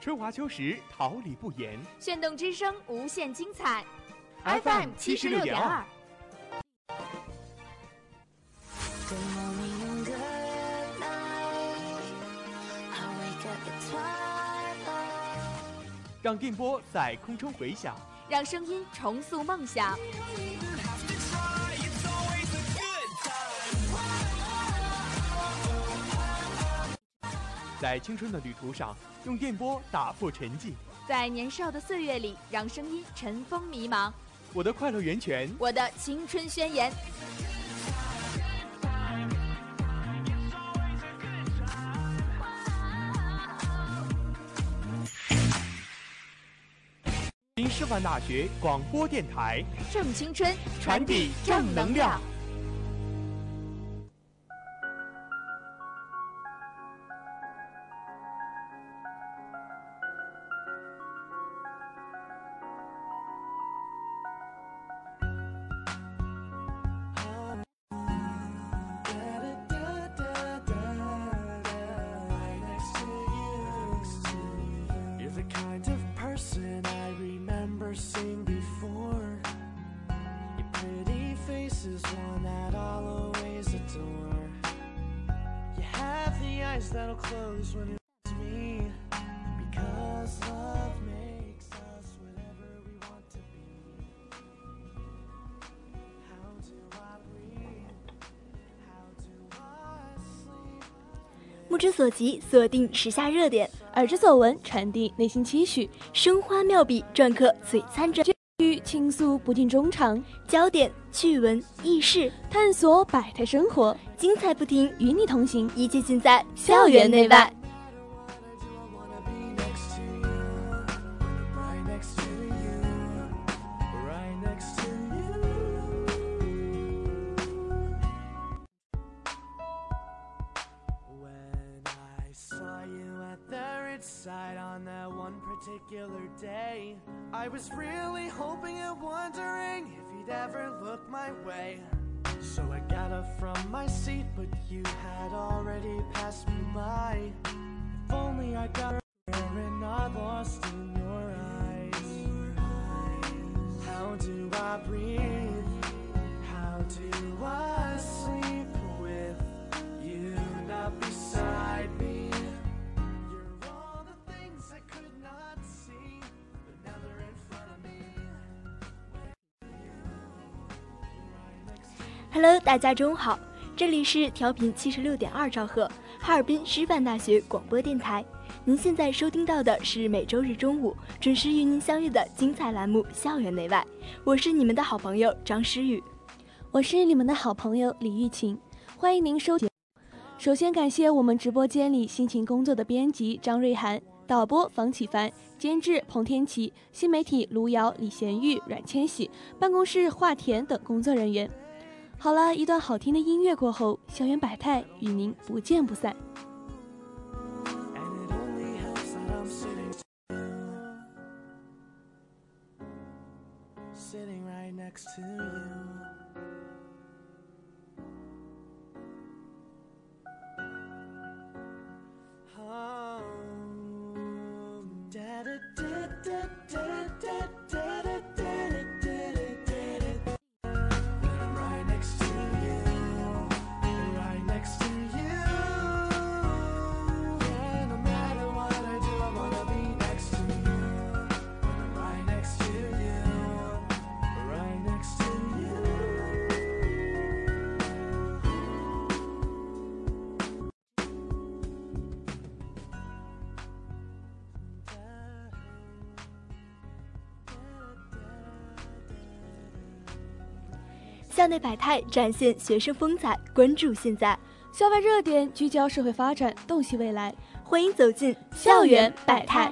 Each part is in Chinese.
春华秋实，桃李不言。 炫动之声，无限精彩。 FM 76.2。让电波在空中回响， 让声音重塑梦想。 在青春的旅途上，用电波打破沉寂； 在年少的岁月里，让声音尘封迷茫。 我的快乐源泉， 我的青春宣言。 新师范大学广播电台， 正青春， 传递正能量。 That'll close when it's me, because love makes us whatever we want to be. How do I breathe? How do I sleep? 目之所及，锁定时下热点； 耳之所闻，传递内心期许。 生花妙笔，篆刻璀璨着。 倾诉不尽衷肠， 焦点、趣闻、轶事， 探索百态生活， 精彩不停， 与你同行， 一切尽在校园内外。 On that one particular day, I was really hoping and wondering if you'd ever look my way. So I got up from my seat, but you had already passed me by. If only I got her and not lost in your eyes. How do I breathe? How do I sleep with you not beside me? Hello， 大家中午好，这里是调频76.2兆赫，哈尔滨师范大学广播电台。您现在收听到的是每周日中午准时与您相约的精彩栏目《校园内外》，我是你们的好朋友张诗雨， 我是你们的好朋友李玉琴，欢迎您收听。首先感谢我们直播间里辛勤工作的编辑张瑞涵、导播房启凡、监制彭天琪、新媒体卢瑶、李贤玉、阮千玺、办公室华田等工作人员。好了，一段好听的音乐过后，校园百态与您不见不散。 校内百态展现学生风采，关注现在； 校外热点聚焦社会发展，洞悉未来。 欢迎走进校园百态。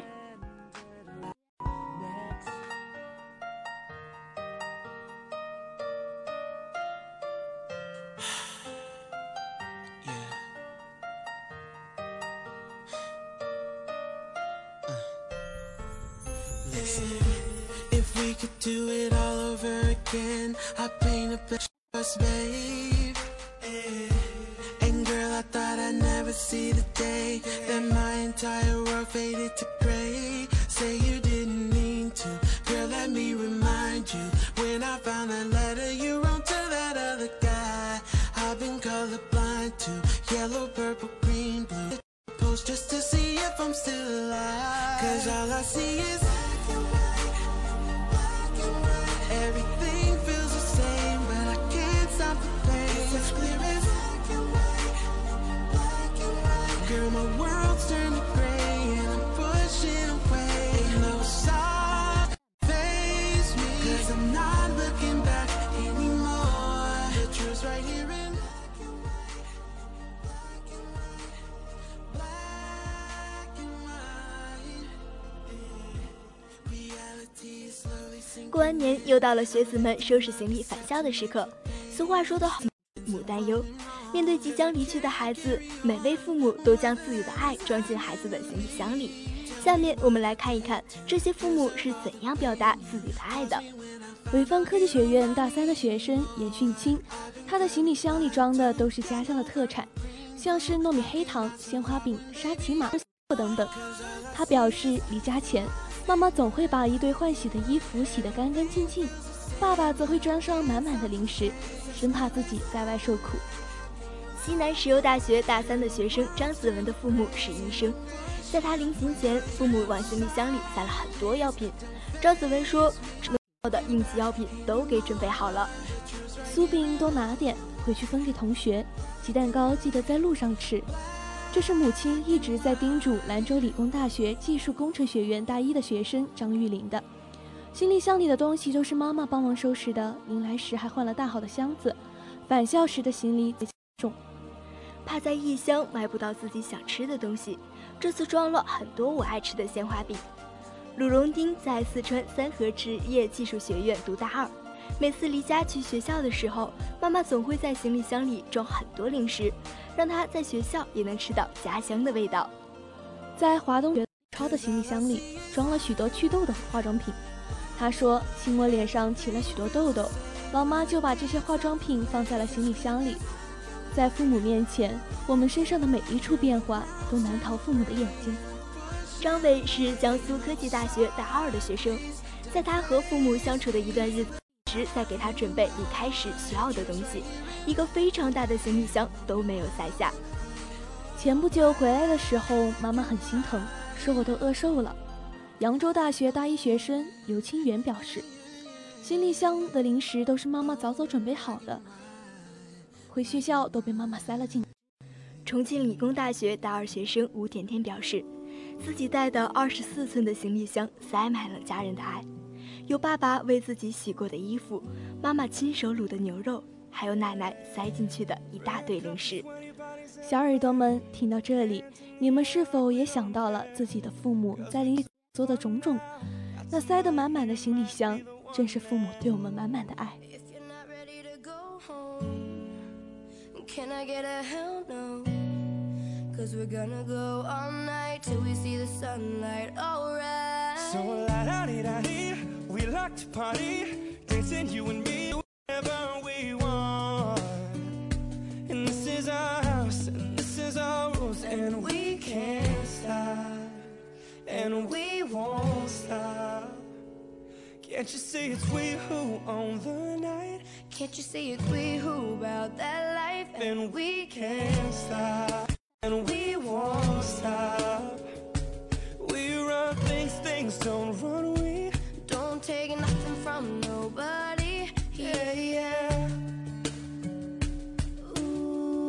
If we could do it all over again, I'd paint a picture of us, babe. And girl, I thought I'd never see the day that my entire world faded to gray. Say you didn't mean to, girl, let me remind you. When I found that letter you wrote to that other guy, I've been colorblind to yellow, purple, green, blue. Post just to see if I'm still alive. Cause all I see is black and white, black and white. Everything feels the same, but I can't stop the pain. It's as clear as black and white, black and white. Girl, my world's turning gray and I'm pushing away. Ain't no side face me, cause I'm not looking back anymore. The truth's right here in black and white, black and white, black and white. Reality is slowly sinking. 过完年又到了学子们收拾行李返校的时刻。俗话说得好，母担忧。面对即将离去的孩子，每位父母都将自己的爱装进孩子的行李箱里。下面我们来看一看这些父母是怎样表达自己的爱的。 潍坊科技学院大三的学生严训清，他的行李箱里装的都是家乡的特产，像是糯米黑糖、鲜花饼、沙琪玛等等。他表示，离家前，妈妈总会把一堆换洗的衣服洗得干干净净，爸爸则会装上满满的零食，生怕自己在外受苦。 西南石油大学大三的学生张子文的父母是医生，在他临行前，父母往行李箱里塞了很多药品。张子文说，能要的应急药品都给准备好了， 酥饼多拿点，回去分给同学，鸡蛋糕记得在路上吃。这是母亲一直在叮嘱兰州理工大学技术工程学院大一的学生张玉玲的。行李箱里的东西都是妈妈帮忙收拾的，临来时还换了大好的箱子，返校时的行李最重。 怕在异乡买不到自己想吃的东西，这次装了很多我爱吃的鲜花饼。鲁荣丁在四川三河职业技术学院读大二，每次离家去学校的时候，妈妈总会在行李箱里装很多零食，让他在学校也能吃到家乡的味道。 在华东超的行李箱里装了许多祛痘的化妆品，他说亲我脸上起了许多痘痘，老妈就把这些化妆品放在了行李箱里。在父母面前，我们身上的每一处变化都难逃父母的眼睛。 张伟是江苏科技大学大二的学生，在他和父母相处的一段日子时，在给他准备离开时需要的东西，一个非常大的行李箱都没有塞下。 前不久回来的时候，妈妈很心疼，说我都饿瘦了。扬州大学大一学生刘清源表示，行李箱的零食都是妈妈早早准备好的，回学校都被妈妈塞了进。 重庆理工大学大二学生吴甜甜表示，自己带的24寸的行李箱塞满了家人的爱，有爸爸为自己洗过的衣服，妈妈亲手卤的牛肉，还有奶奶塞进去的一大堆零食。 小耳朵们听到这里，你们是否也想到了自己的父母在临做的种种？那塞得满满的行李箱，正是父母对我们满满的爱。 Can I get a hell no? Cause we're gonna go all night till we see the sunlight, alright. So la-da-dee-da-dee, we like to party, dancing you and me whenever we want. And this is our house, and this is our rules, and we can't stop, and we won't stop. Can't you see it's we who own the night? Can't you see it's we who about that life? And we can't stop, and we won't stop. We run things, things don't run. We don't take nothing from nobody. Yeah, yeah. Ooh,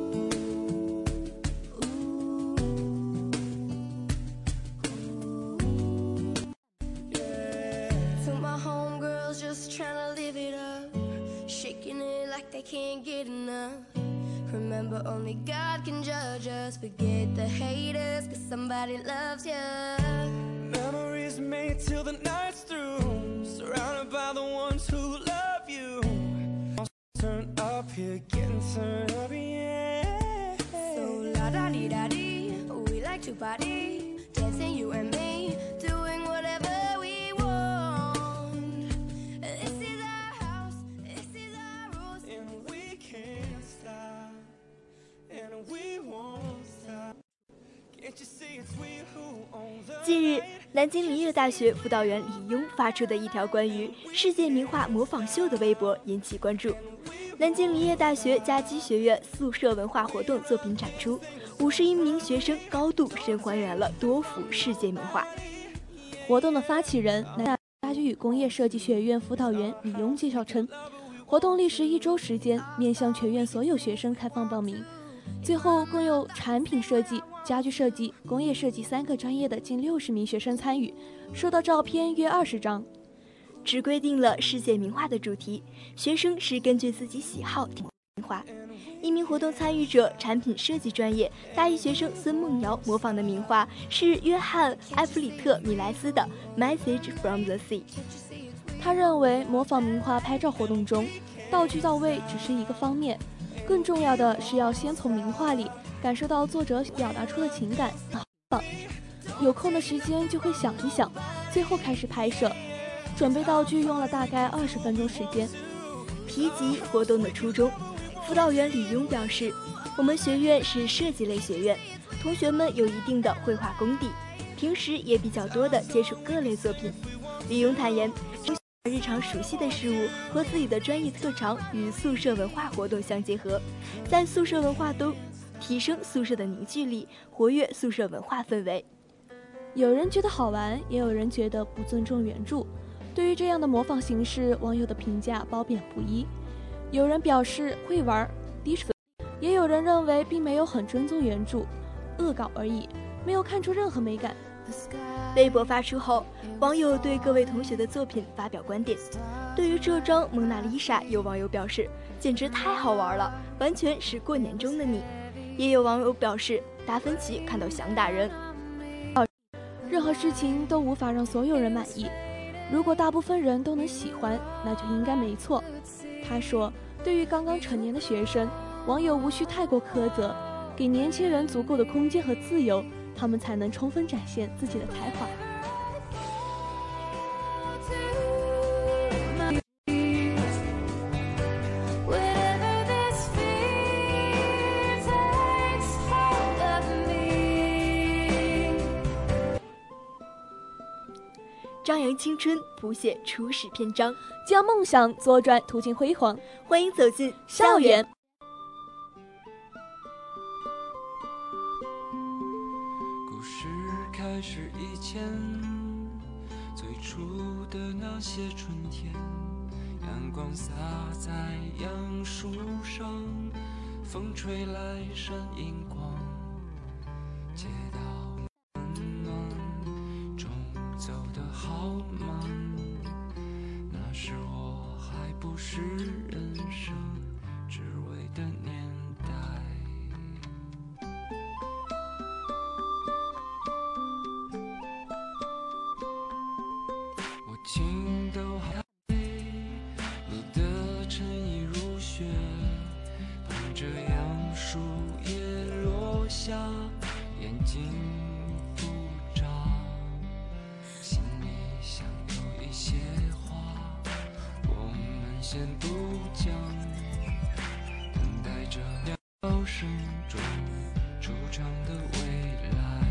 yeah. To my homegirls just trying to live it up, shaking it like they can't get enough. Remember, only God can judge us. Forget the haters, cause somebody loves you. Memories made till the night's through, surrounded by the ones who love you. Turn up here, getting turned up, yeah. So la-da-dee-da-dee, we like to party, dancing you and me, doing whatever we want. This is our house, this is our rules, and we can't stop, and we won't stop. 近日，南京林业大学辅导员李庸发出的一条关于世界名画模仿秀的微博引起关注。南京林业大学甲基学院宿舍文化活动作品展出，51名学生高度深还原了多幅世界名画。 活动的发起人南大家居与工业设计学院辅导员李庸介绍称，活动历时1周时间，面向全院所有学生开放报名。最后共有产品设计、家居设计、工业设计3个专业的近60名学生参与，收到照片约20张。 只规定了世界名画的主题，学生是根据自己喜好听名画。一名活动参与者产品设计专业大一学生孙梦瑶模仿的名画是约翰·埃弗里特·米莱斯的《Message from the Sea》。 他认为模仿名画拍照活动中，道具到位只是一个方面，更重要的是要先从名画里感受到作者表达出的情感。有空的时间就会想一想，最后开始拍摄。准备道具用了大概20分钟时间。 提及活动的初衷，辅导员李庸表示，我们学院是设计类学院，同学们有一定的绘画功底，平时也比较多的接触各类作品。李庸坦言，日常熟悉的事物和自己的专业特长与宿舍文化活动相结合，在宿舍文化中提升宿舍的凝聚力，活跃宿舍文化氛围。 有人觉得好玩，也有人觉得不尊重原著。对于这样的模仿形式，网友的评价褒贬不一。有人表示会玩低水，也有人认为并没有很尊重原著，恶搞而已，没有看出任何美感。 微博发出后，网友对各位同学的作品发表观点。对于这张蒙娜丽莎，有网友表示简直太好玩了，完全是过年中的你。也有网友表示达芬奇看到想打人。 任何事情都无法让所有人满意，如果大部分人都能喜欢，那就应该没错。他说，对于刚刚成年的学生，网友无需太过苛责，给年轻人足够的空间和自由，他们才能充分展现自己的才华。 张扬青春，谱写初始篇章， 将梦想左转，途径辉煌。 欢迎走进校园。 故事开始以前，最初的那些春天，阳光洒在杨树上，风吹来闪银光，街道温暖，中午走得好慢，那时我还不是人生只为的年代。我情窦还你的衬衣如雪，伴着杨树叶落下，眼睛不眨，心里想有一些话我们先不讲，等待着鸟声中惆怅的未来，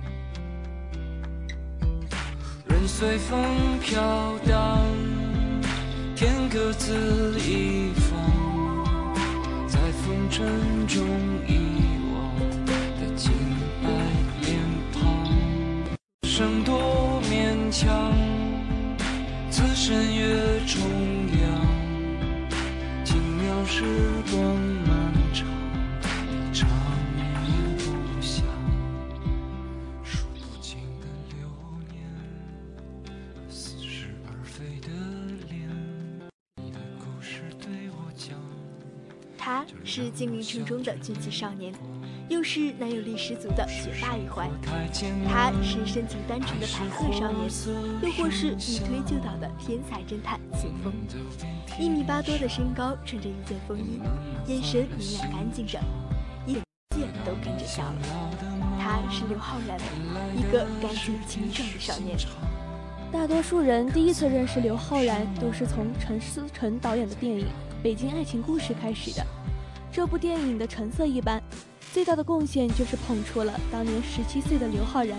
任随风飘荡，天各自一方，在风尘中遗忘的洁白脸庞，生多勉强，此身越重阳，轻描时光漫长，一场也不想，数不尽的流年，似是而非的脸，你的故事对我讲。 他是精灵城中的俊气少年，又是男友力十足的学霸一怀。他是深情单纯的白鹤少年，又或是以推就倒的天才侦探秦风。1.8米多的身高，穿着一件风衣，眼神明亮干净着，一眼都跟着笑了。他是刘昊然，一个干净清爽的少年。 大多数人第一次认识刘昊然，都是从陈思诚导演的电影《北京爱情故事》开始的。这部电影的成色一般，最大的贡献就是捧出了当年17岁的刘昊然，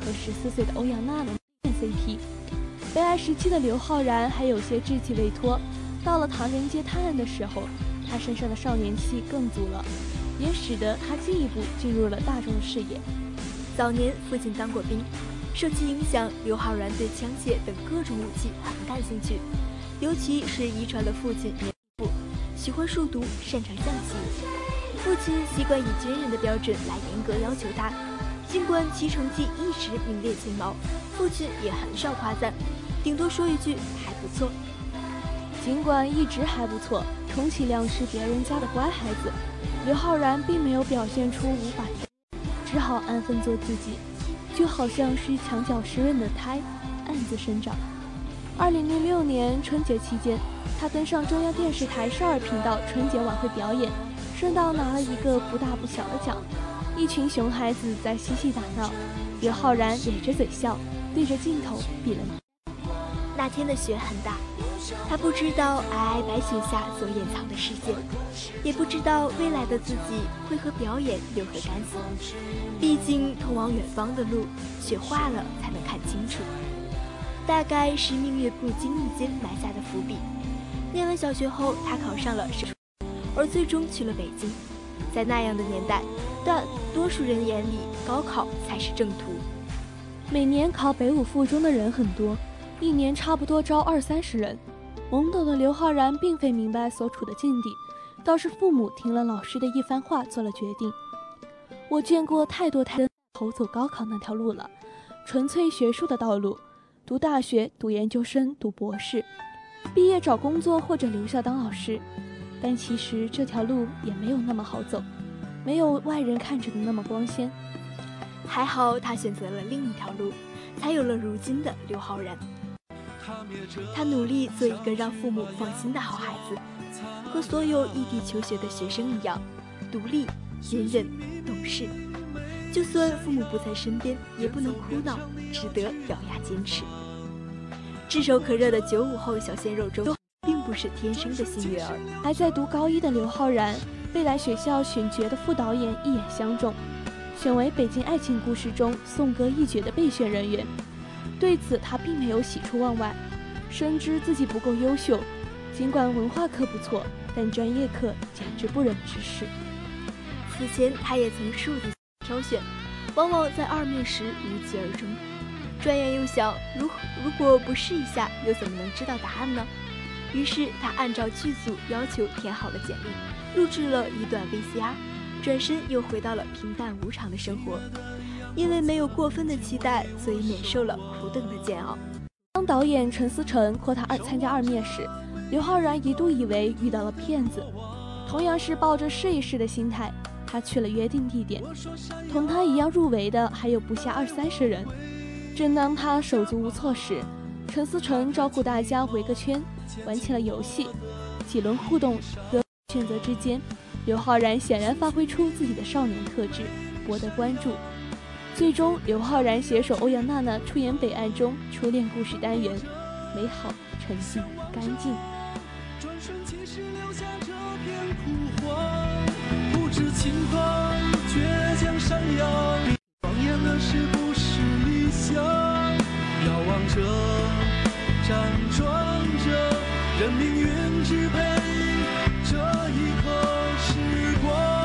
和14岁的欧阳娜娜 CP。被爱时期的刘昊然还有些稚气未脱，到了唐人街探案的时候，他身上的少年气更足了，也使得他进一步进入了大众的视野。 早年父亲当过兵，受其影响，刘昊然对枪械等各种武器很感兴趣，尤其是遗传了父亲年富，喜欢数独，擅长象棋。父亲习惯以军人的标准来严格要求他，尽管其成绩一直名列前茅，父亲也很少夸赞，顶多说一句还不错。 尽管一直还不错，充其量是别人家的乖孩子，刘昊然并没有表现出无法，只好安分做自己，就好像是墙角湿润的苔，暗自生长。2006年春节期间，他登上中央电视台12频道春节晚会表演，顺道拿了一个不大不小的奖。一群熊孩子在嬉戏打闹，刘昊然咧着嘴笑，对着镜头比了。 那天的雪很大，他不知道皑皑白雪下所掩藏的世界，也不知道未来的自己会和表演有何干系。毕竟通往远方的路，雪化了才能看清楚。大概是命运不经意间埋下的伏笔。念完小学后，他考上了省，而最终去了北京。在那样的年代，大多数人眼里，高考才是正途。 每年考北五附中的人很多，一年差不多招20-30人。懵懂的刘昊然并非明白所处的境地，倒是父母听了老师的一番话做了决定。我见过太多头走高考那条路了，纯粹学术的道路，读大学、读研究生、读博士，毕业找工作或者留校当老师。但其实这条路也没有那么好走，没有外人看着的那么光鲜。 还好他选择了另一条路，才有了如今的刘昊然。他努力做一个让父母放心的好孩子，和所有异地求学的学生一样，独立、隐忍、懂事。就算父母不在身边，也不能哭闹，只得咬牙坚持。炙手可热的95后小鲜肉中，并不是天生的幸运儿。 还在读高一的刘昊然，被来学校选角的副导演一眼相中，选为《北京爱情故事》中颂歌一绝的备选人员。对此他并没有喜出望外，深知自己不够优秀，尽管文化课不错，但专业课简直不忍直视。 此前他也曾数次挑选，往往在2面时无疾而终。转眼又想，如果不试一下，又怎么能知道答案呢？于是他按照剧组要求填好了简历，录制了一段 VCR， 转身又回到了平淡无常的生活。因为没有过分的期待，所以免受了苦等的煎熬。 当导演陈思诚扩他参加2面时，刘昊然一度以为遇到了骗子。同样是抱着试一试的心态，他去了约定地点。同他一样入围的还有不下20-30人。正当他手足无措时，陈思诚招呼大家围个圈，玩起了游戏。几轮互动和选择之间，刘昊然显然发挥出自己的少年特质，博得关注。最终，刘昊然携手欧阳娜娜出演北岸中初恋故事单元，美好、沉静、干净。 转瞬即逝，留下这片枯黄，不知轻狂，倔强闪耀。庄严的是不是理想？遥望着，辗转着，任命运支配这一刻时光。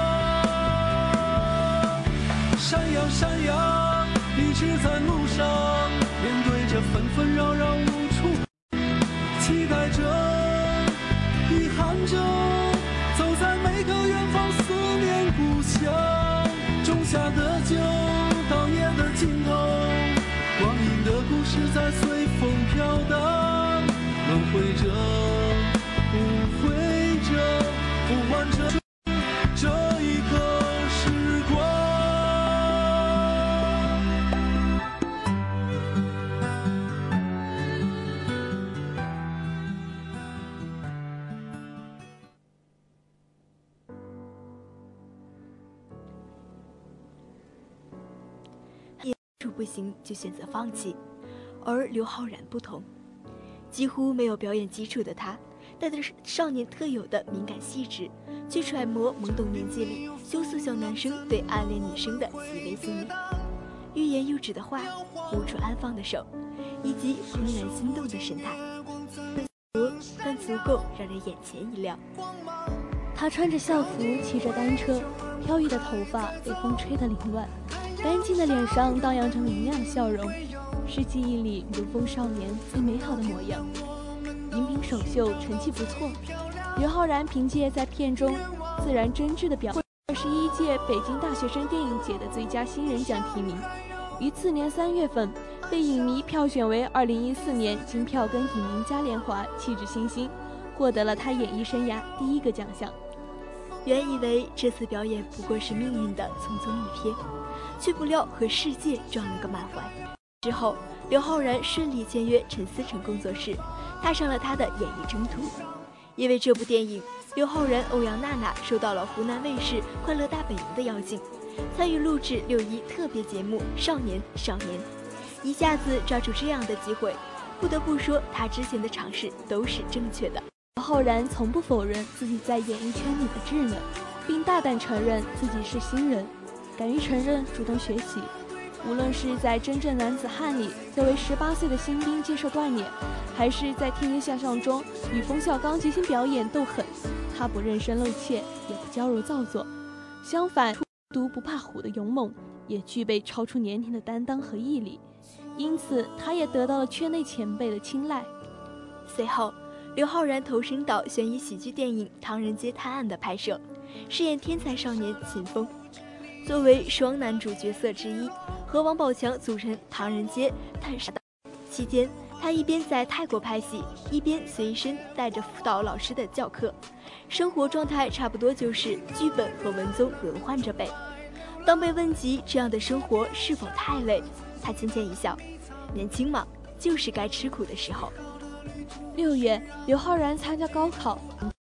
闪耀闪耀，一直在路上，面对着纷纷扰扰无处，期待着，遗憾着，走在每个远方，思念故乡。种下的酒，到夜的尽头，光阴的故事在随风飘荡，轮回着，无悔着，不完整这一刻时光。 不行就选择放弃，而刘昊然不同，几乎没有表演基础的他，带着少年特有的敏感细致，去揣摩懵懂年纪里羞涩小男生对暗恋女生的细微心理。 欲言又止的话，无处安放的手，以及怦然心动的神态，但足够让人眼前一亮。 他穿着校服，骑着单车，飘逸的头发被风吹得凌乱，干净的脸上荡漾着明亮的笑容，是记忆里如风少年最美好的模样。荧屏首秀成绩不错，刘昊然凭借在片中自然真挚的表现，21届北京大学生电影节的最佳新人奖提名，于次年3月份被影迷票选为2014年金票根影迷嘉年华气质新星，获得了他演艺生涯第1个奖项。 原以为这次表演不过是命运的匆匆一瞥，却不料和世界撞了个满怀。之后，刘昊然顺利签约陈思诚工作室，踏上了他的演艺征途。因为这部电影，刘昊然、欧阳娜娜受到了湖南卫视《快乐大本营》的邀请，参与录制6·1特别节目《少年少年》，一下子抓住这样的机会，不得不说他之前的尝试都是正确的。 刘昊然从不否认自己在演艺圈里的稚嫩，并大胆承认自己是新人，敢于承认，主动学习。无论是在《真正男子汉》里作为18岁的新兵接受锻炼，还是在《天天向上》中与冯小刚即兴表演斗狠，他不认生露怯，也不娇柔造作，相反，独不怕虎的勇猛，也具备超出年龄的担当和毅力，因此他也得到了圈内前辈的青睐。 随后，刘昊然投身到悬疑喜剧电影《唐人街探案》的拍摄，饰演天才少年秦风。作为双男主角色之一，和王宝强组成唐人街探杀期间，他一边在泰国拍戏，一边随身带着辅导老师的教课，生活状态差不多就是剧本和文综轮换着背。当被问及这样的生活是否太累，他浅浅一笑，年轻嘛，就是该吃苦的时候。 6月，刘昊然参加高考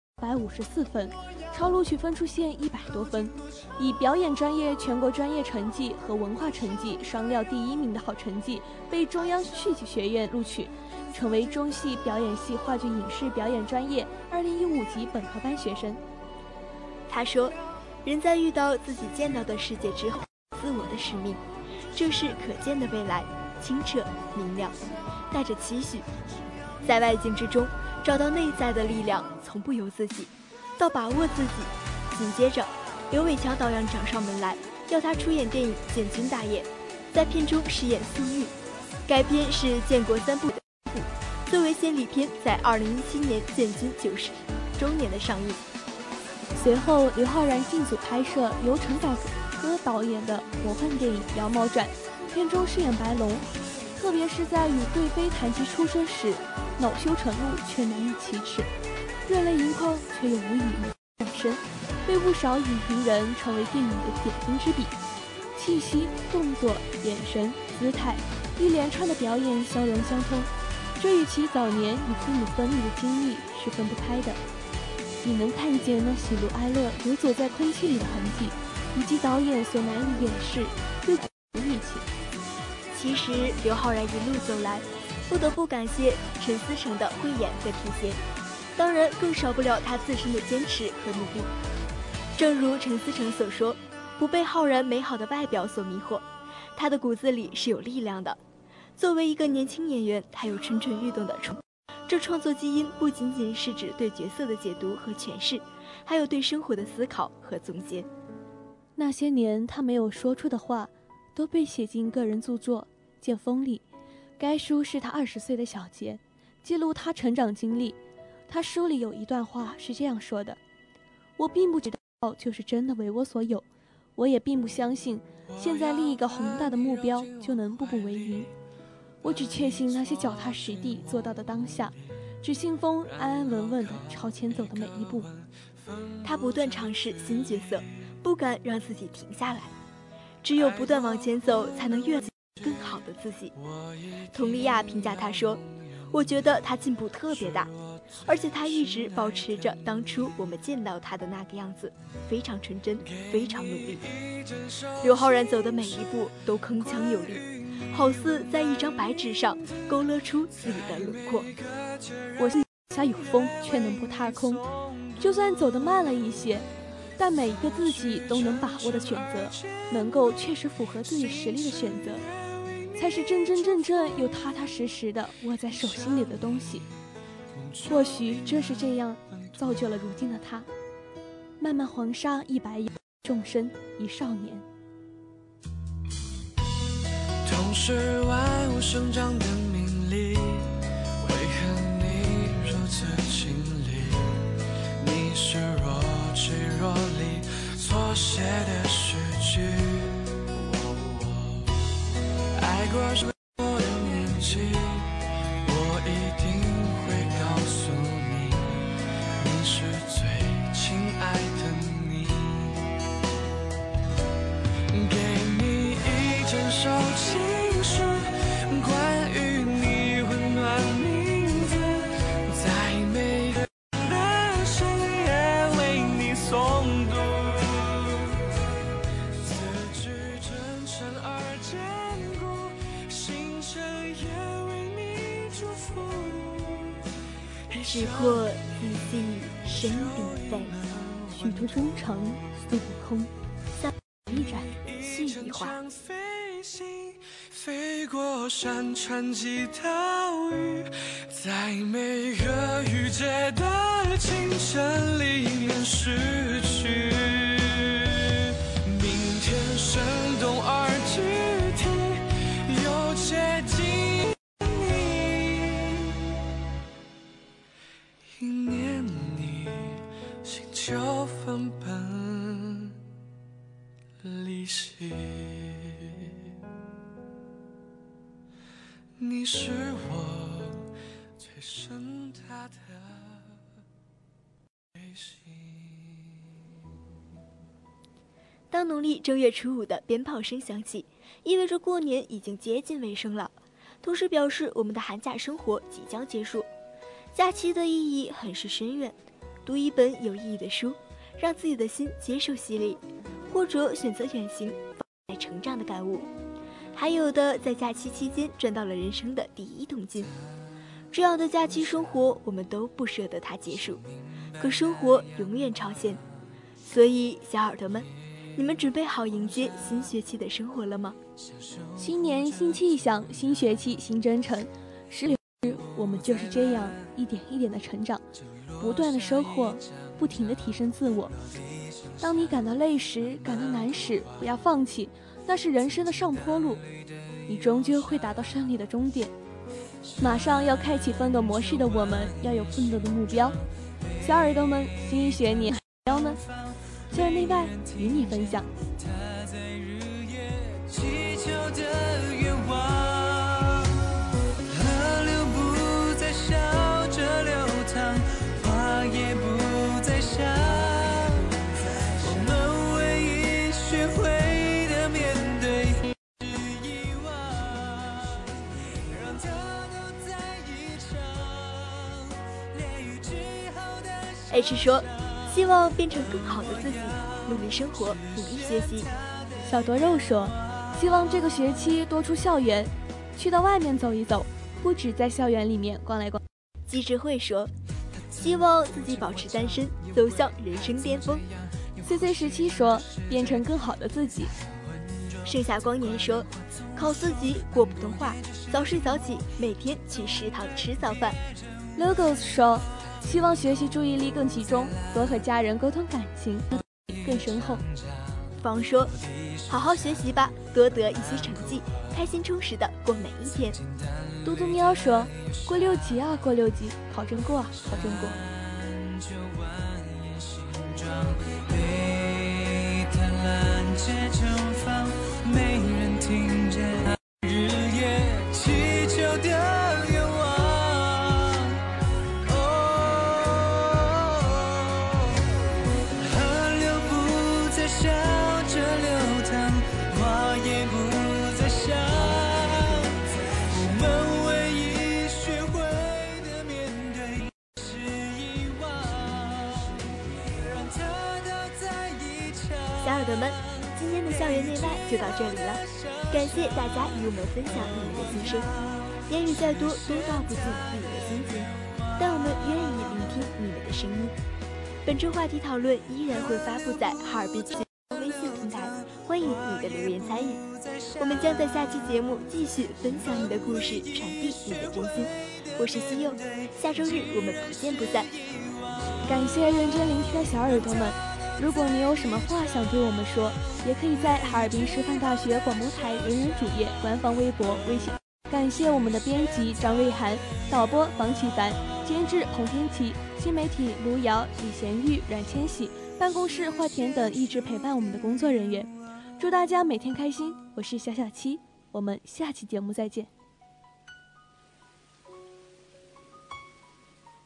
，154分，超录取分数线100多分，以表演专业全国专业成绩和文化成绩双料第1名的好成绩，被中央戏剧学院录取，成为中戏表演系话剧影视表演专业2015级本科班学生。 他说，人在遇到自己见到的世界之后，自我的使命，这是可见的未来，清澈明亮，带着期许，在外境之中找到内在的力量，从不由自己到把握自己。紧接着，刘伟强导演找上门来，要他出演电影《建军大业》，在片中饰演粟裕。该片是建国3部的第1部，作为先礼片，在2017年建军90周年的上映。 随后，刘昊然进组拍摄由陈凯歌导演的魔幻电影《妖猫传》，片中饰演白龙。特别是在与贵妃谈及出身时，恼羞成怒却难以启齿，热泪盈眶却又无以转身，被不少影评人称为电影的点睛之笔。气息、动作、眼神、姿态，一连串的表演相融相通，这与其早年与父母分离的经历是分不开的。你能看见那喜怒哀乐游走在空气里的痕迹，以及导演所难以掩饰对义气。 其实刘昊然一路走来，不得不感谢陈思诚的慧眼和提携，当然更少不了他自身的坚持和努力。正如陈思诚所说，不被昊然美好的外表所迷惑，他的骨子里是有力量的。作为一个年轻演员，他有蠢蠢欲动的创，这创作基因不仅仅是指对角色的解读和诠释，还有对生活的思考和总结。 那些年他没有说出的话，都被写进个人著作《剑锋》里。该书是他20岁的小结，记录他成长经历。他书里有一段话是这样说的：我并不知道就是真的为我所有，我也并不相信现在立一个宏大的目标就能步步为营。我只确信那些脚踏实地做到的当下，只信风安安稳稳地朝前走的每一步。 他不断尝试新角色，不敢让自己停下来，只有不断往前走，才能越更好的自己。佟丽娅评价他说，我觉得他进步特别大，而且他一直保持着当初我们见到他的那个样子，非常纯真，非常努力。刘昊然走的每一步都铿锵有力，好似在一张白纸上勾勒出自己的轮廓。 我心下有风，却能不踏空，就算走得慢了一些， 但每一个自己都能把握的选择，能够确实符合自己实力的选择，才是真真正正又踏踏实实的握在手心里的东西。或许正是这样造就了如今的他，漫漫黄沙一百有，众生一少年。 同是万物生长的命理，为何你如此清丽？你是若即若离错写的诗句，爱过是我的年纪，我一定会告诉你，你是最亲爱的你。给你一整首情书，关于你温暖名字，在每个的深夜为你诵读，字句真诚而坚固，星辰也为你祝福。 石破自信身鼎沸， 许多衷肠诉不空，像一盏续一话。 飞过山川及岛屿，在每个雨季的清晨里面逝去。明天生动而具体，又接近你，一念你，心就分崩离析。你是我最盛大的追星。 当农历正月初5的鞭炮声响起，意味着过年已经接近尾声了，同时表示我们的寒假生活即将结束。假期的意义很是深远，读一本有意义的书，让自己的心接受洗礼，或者选择远行，带来成长的感悟。还有的在假期期间赚到了人生的第一桶金。这样的假期生活，我们都不舍得它结束，可生活永远超前。所以小耳朵们，你们准备好迎接新学期的生活了吗？ 新年新气象，新学期新征程，16日我们就是这样一点一点的成长，不断的收获，不停的提升自我。当你感到累时，感到难时，不要放弃，那是人生的上坡路，你终究会达到胜利的终点。马上要开启奋斗模式的我们，要有奋斗的目标。小耳朵们，新一学年目标呢？就让内外与你分享。 河流不再笑着流淌，花也不再香，我们唯一学会的面对是遗忘，让它都在一场烈雨之后的 H 说，希望变成更好的自己，努力生活，努力学习。 小多肉说，希望这个学期多出校园，去到外面走一走，不止在校园里面逛来逛。 机智慧说，希望自己保持单身，走向人生巅峰。 CC17 说，变成更好的自己。 盛夏光年说，考4级过普通话，早睡早起，每天去食堂吃早饭。 Logos 说，希望学习注意力更集中，多和家人沟通感情更深厚。 方说，好好学习吧，多得一些成绩，开心充实的过每一天。 嘟嘟喵说，过6级啊，过6级，考证过啊，考证过。 被贪婪街盛放，没人听见日夜祈求的愿望。河流不再笑着流淌，花也不再香，我们唯一学会的面对是遗忘，让它都在一场。 小耳朵们，今天的校园内外就到这里了，感谢大家与我们分享你们的心声。言语再多都道不尽你们的心情，但我们愿意聆听你们的声音。 本周话题讨论依然会发布在哈尔滨微信平台，欢迎你的留言参与。我们将在下期节目继续分享你的故事，传递你的真心。我是西柚，下周日我们不见不散。 感谢认真聆听的小耳朵们，如果你有什么话想对我们说，也可以在哈尔滨师范大学广播台人人主页官方微博、微信。感谢我们的编辑张瑞涵，导播房启凡，监制彭天琪，新媒体卢瑶、李贤玉、阮千玺，办公室华田等一直陪伴我们的工作人员。祝大家每天开心，我是小小七，我们下期节目再见。